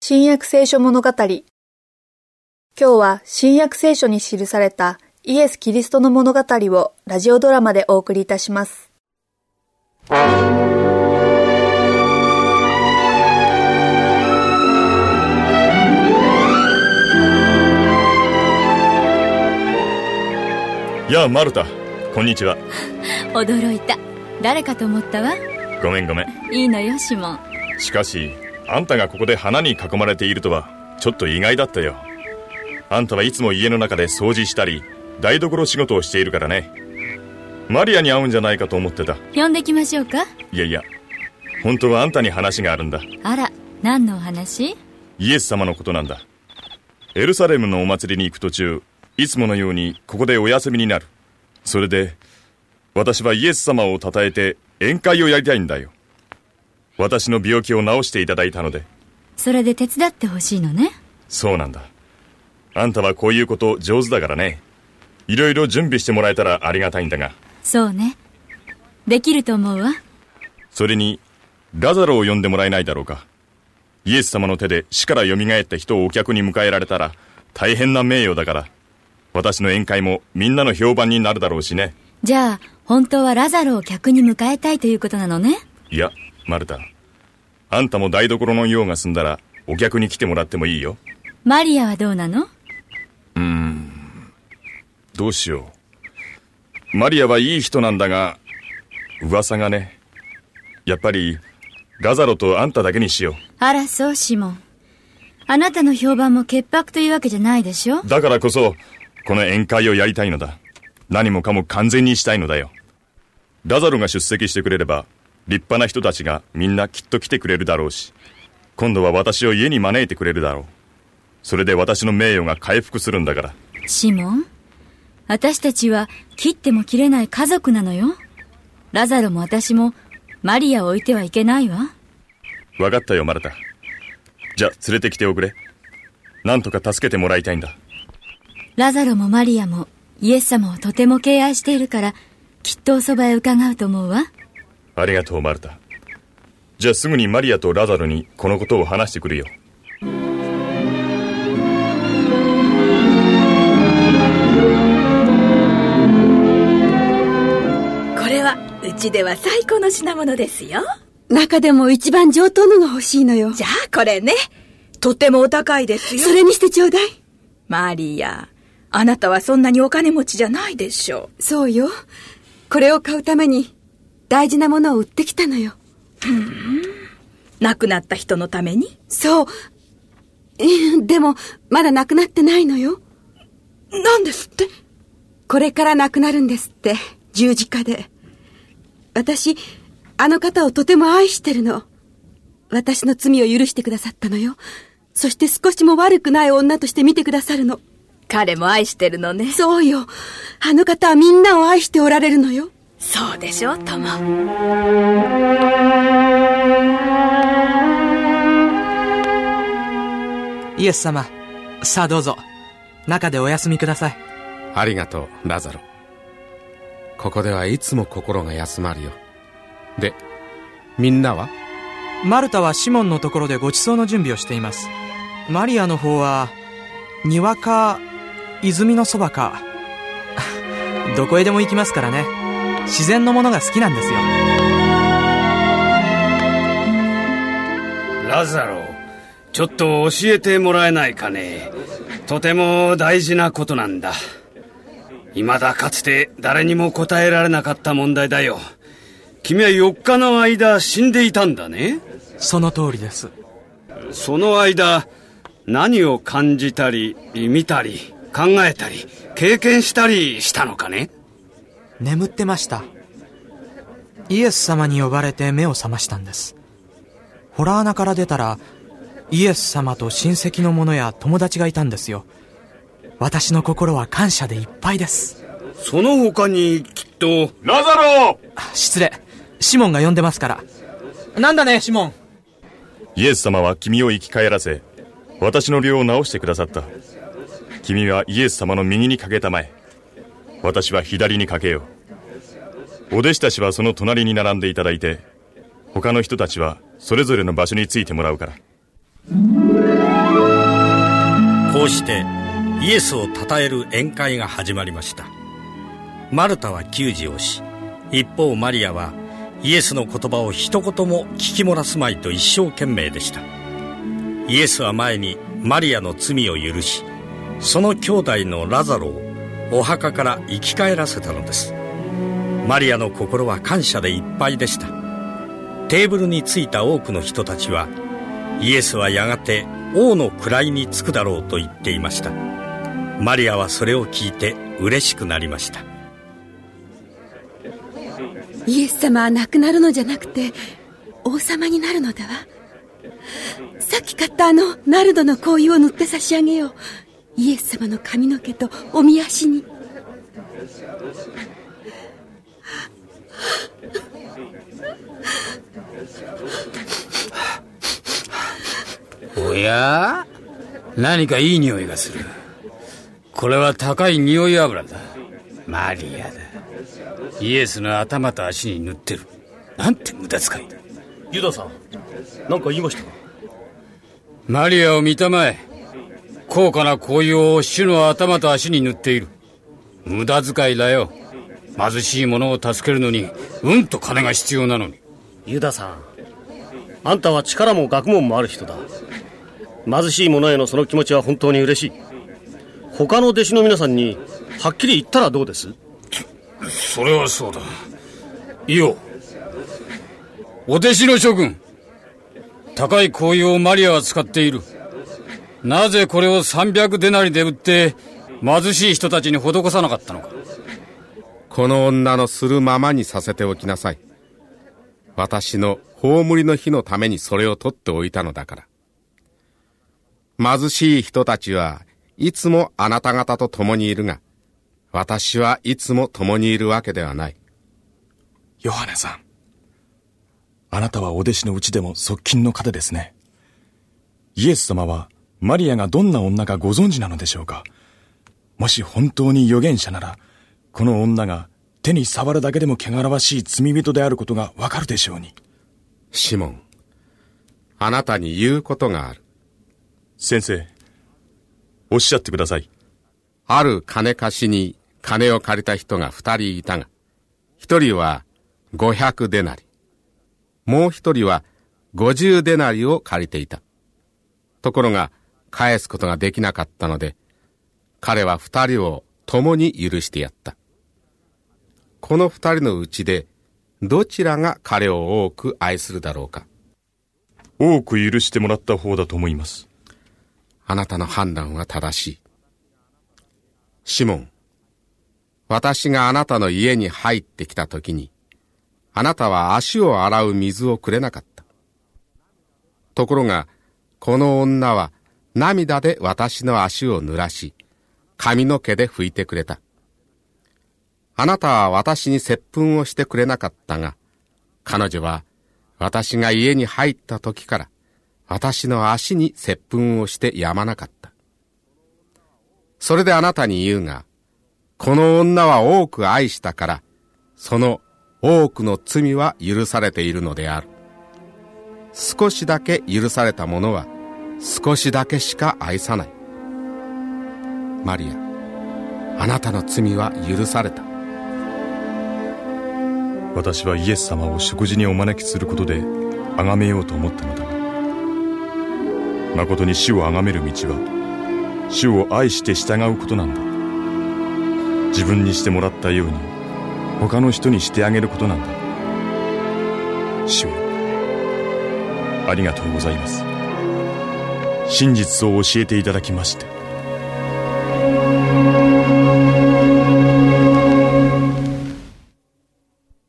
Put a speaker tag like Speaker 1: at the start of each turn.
Speaker 1: 新約聖書物語。今日は新約聖書に記されたイエス・キリストの物語をラジオドラマでお送りいたします。
Speaker 2: やあマルタ、こんにちは。
Speaker 3: 驚いた。誰かと思ったわ。
Speaker 2: ごめん。
Speaker 3: いいのよシモン。
Speaker 2: しかしあんたがここで花に囲まれているとはちょっと意外だったよ。あんたはいつも家の中で掃除したり台所仕事をしているからね。マリアに会うんじゃないかと思ってた。
Speaker 3: 呼んできましょうか。
Speaker 2: いや本当はあんたに話があるんだ。
Speaker 3: あら、何のお話？
Speaker 2: イエス様のことなんだ。エルサレムのお祭りに行く途中、いつものようにここでお休みになる。それで私はイエス様を称えて宴会をやりたいんだよ。私の病気を治していただいたので。
Speaker 3: それで手伝ってほしいのね。
Speaker 2: そうなんだ。あんたはこういうこと上手だからね。いろいろ準備してもらえたらありがたいんだが。
Speaker 3: そうね、できると思うわ。
Speaker 2: それにラザロを呼んでもらえないだろうか。イエス様の手で死から蘇った人をお客に迎えられたら大変な名誉だから、私の宴会もみんなの評判になるだろうしね。
Speaker 3: じゃあ本当はラザロを客に迎えたいということなのね。
Speaker 2: いやマルタ、あんたも台所の用が済んだらお客に来てもらってもいいよ。
Speaker 3: マリアはどうなの？
Speaker 2: どうしよう。マリアはいい人なんだが、噂がね。やっぱりラザロとあんただけにしよう。
Speaker 3: あらそうシモン、あなたの評判も潔白というわけじゃないでしょ。
Speaker 2: だからこそこの宴会をやりたいのだ。何もかも完全にしたいのだよ。ラザロが出席してくれれば立派な人たちがみんなきっと来てくれるだろうし、今度は私を家に招いてくれるだろう。それで私の名誉が回復するんだから。
Speaker 3: シモン、私たちは切っても切れない家族なのよ。ラザロも私もマリアを置いてはいけないわ。
Speaker 2: 分かったよマルタ。じゃあ連れてきておくれ。なんとか助けてもらいたいんだ。
Speaker 3: ラザロもマリアもイエス様をとても敬愛しているから、きっとおそばへ伺うと思うわ。
Speaker 2: ありがとうマルタ。じゃあすぐにマリアとラザロにこのことを話してくるよ。
Speaker 4: これはうちでは最高の品物ですよ。
Speaker 5: 中でも一番上等のが欲しいのよ。
Speaker 4: じゃあこれね、とてもお高いですよ。
Speaker 5: それにしてちょうだい。
Speaker 4: マリア、あなたはそんなにお金持ちじゃないでしょう。
Speaker 5: そうよ、これを買うために大事なものを売ってきたのよ。
Speaker 4: 亡くなった人のために？
Speaker 5: そう。でもまだ亡くなってないのよ。
Speaker 4: なんですって？
Speaker 5: これから亡くなるんですって、十字架で。私あの方をとても愛してるの。私の罪を許してくださったのよ。そして少しも悪くない女として見てくださるの。
Speaker 4: 彼も愛してるのね。
Speaker 5: そうよ、あの方はみんなを愛しておられるのよ。
Speaker 4: そうでしょうとも。
Speaker 6: イエス様、さあどうぞ中でお休みください。
Speaker 7: ありがとうラザロ。ここではいつも心が休まるよ。でみんなは？
Speaker 6: マルタはシモンのところでご馳走の準備をしています。マリアの方は庭か泉のそばかどこへでも行きますからね。自然のものが好きなんですよ。
Speaker 8: ラザロ、ちょっと教えてもらえないかね。とても大事なことなんだ。未だかつて誰にも答えられなかった問題だよ。君は4日の間死んでいたんだね。
Speaker 6: その通りです。
Speaker 8: その間何を感じたり見たり考えたり経験したりしたのかね？
Speaker 6: 眠ってました。イエス様に呼ばれて目を覚ましたんです。洞穴から出たらイエス様と親戚の者や友達がいたんですよ。私の心は感謝でいっぱいです。
Speaker 8: その他にきっと。
Speaker 2: ラザロ！
Speaker 6: 失礼、シモンが呼んでますから。なんだねシモン。
Speaker 2: イエス様は君を生き返らせ私の病を治してくださった。君はイエス様の右にかけたまえ、私は左にかけよう。お弟子たちはその隣に並んでいただいて、他の人たちはそれぞれの場所についてもらうから。
Speaker 9: うしてイエスを称える宴会が始まりました。マルタは給仕をし、一方マリアはイエスの言葉を一言も聞き漏らすまいと一生懸命でした。イエスは前にマリアの罪を許し、その兄弟のラザロをお墓から生き返らせたのです。マリアの心は感謝でいっぱいでした。テーブルに着いた多くの人たちは、イエスはやがて王の位につくだろうと言っていました。マリアはそれを聞いて嬉しくなりました。
Speaker 5: イエス様は亡くなるのじゃなくて王様になるのだわ。さっき買ったナルドの香油を塗って差し上げよう。イエス様の髪の毛とおみ足に。
Speaker 8: おや？何かいい匂いがする。これは高い匂い油だ。マリアだ。イエスの頭と足に塗ってる。なんて無駄遣いだ。
Speaker 10: ユダさん、何か言いましたか？
Speaker 8: マリアを見たまえ。高価な香油を主の頭と足に塗っている。無駄遣いだよ。貧しい者を助けるのにうんと金が必要なのに。
Speaker 10: ユダさん、あんたは力も学問もある人だ。貧しい者へのその気持ちは本当に嬉しい。他の弟子の皆さんにはっきり言ったらどうです？
Speaker 8: それはそうだ。いいよ。お弟子の諸君、高い香油をマリアは使っている。なぜこれを300デナリで売って貧しい人たちに施さなかったのか。
Speaker 7: この女のするままにさせておきなさい。私の葬りの日のためにそれを取っておいたのだから。貧しい人たちはいつもあなた方と共にいるが、私はいつも共にいるわけではない。
Speaker 2: ヨハネさん、あなたはお弟子のうちでも側近の方ですね。イエス様はマリアがどんな女かご存知なのでしょうか。もし本当に預言者なら、この女が手に触るだけでも汚らわしい罪人であることがわかるでしょうに。
Speaker 7: シモン、あなたに言うことがある。
Speaker 2: 先生、おっしゃってください。
Speaker 7: ある金貸しに金を借りた人が2人いたが、1人は500デナリ、もう1人は50デナリを借りていた。ところが返すことができなかったので、彼は2人を共に許してやった。この2人のうちでどちらが彼を多く愛するだろうか。
Speaker 2: 多く許してもらった方だと思います。
Speaker 7: あなたの判断は正しい。シモン、私があなたの家に入ってきたときに、あなたは足を洗う水をくれなかった。ところが、この女は涙で私の足を濡らし、髪の毛で拭いてくれた。あなたは私に接吻をしてくれなかったが、彼女は私が家に入った時から私の足に接吻をしてやまなかった。それであなたに言うが、この女は多く愛したから、その多くの罪は許されているのである。少しだけ許された者は少しだけしか愛さない。マリア、あなたの罪は許された。
Speaker 2: 私はイエス様を食事にお招きすることで崇めようと思ったのだが、誠に主を崇める道は主を愛して従うことなんだ。自分にしてもらったように他の人にしてあげることなんだ。主よ、ありがとうございます。真実を教えていただきまして